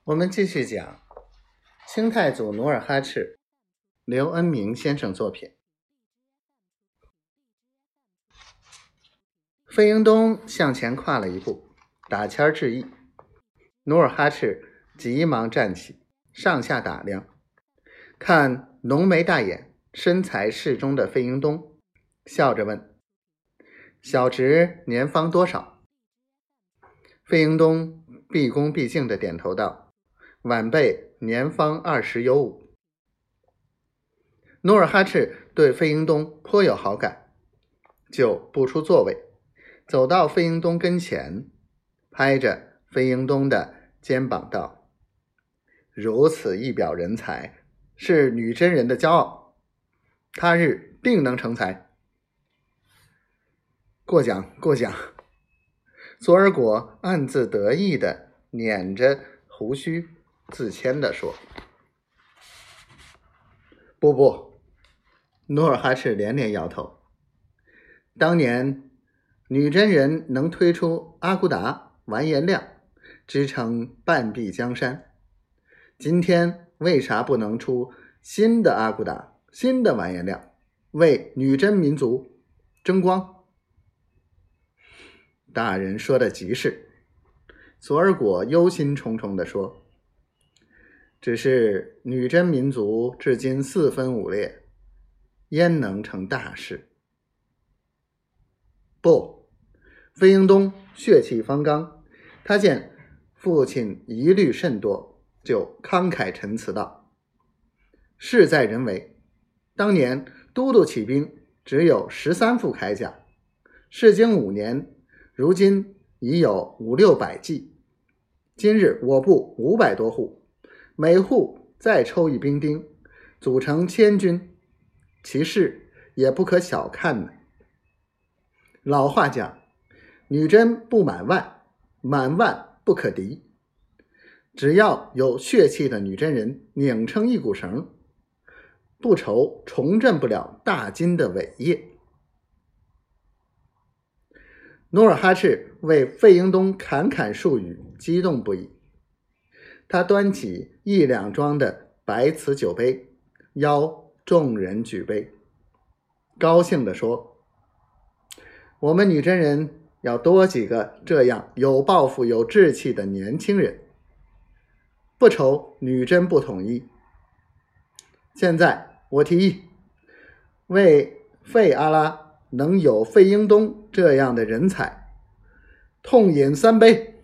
我们继续讲清太祖努尔哈赤，刘恩明先生作品。费英东向前跨了一步，打签致意。努尔哈赤急忙站起，上下打量，看浓眉大眼、身材适中的费英东，笑着问：“小侄年方多少？”费英东毕恭毕敬地点头道：“晚辈年方20有5。”努尔哈赤对费英东颇有好感，就步出座位，走到费英东跟前，拍着费英东的肩膀道：“如此一表人才，是女真人的骄傲，他日定能成才。”过奖过奖。佐尔果暗自得意地捻着胡须，自谦地说：“不。”努尔哈赤连连摇头。当年女真人能推出阿骨打、完颜亮，支撑半壁江山，今天为啥不能出新的阿骨打、新的完颜亮，为女真民族争光？大人说的极是。佐尔果忧心忡忡地说：“只是女真民族至今四分五裂，焉能成大事？”不，费英东血气方刚，他见父亲疑虑甚多，就慷慨陈词道：“事在人为，当年都督起兵只有13副铠甲，事经5年，如今已有500-600骑。今日我部500多户，每户再抽一兵丁，组成1000军，其势也不可小看呢。老话讲，女真不满万，满万不可敌。只要有血气的女真人拧成一股绳，不愁重振不了大金的伟业。”努尔哈赤为费英东侃侃数语激动不已，他端起1两装的白瓷酒杯，邀众人举杯，高兴地说：“我们女真人要多几个这样有抱负、有志气的年轻人，不愁女真不统一。现在我提议，为费阿拉能有费英东这样的人才，痛饮3杯。”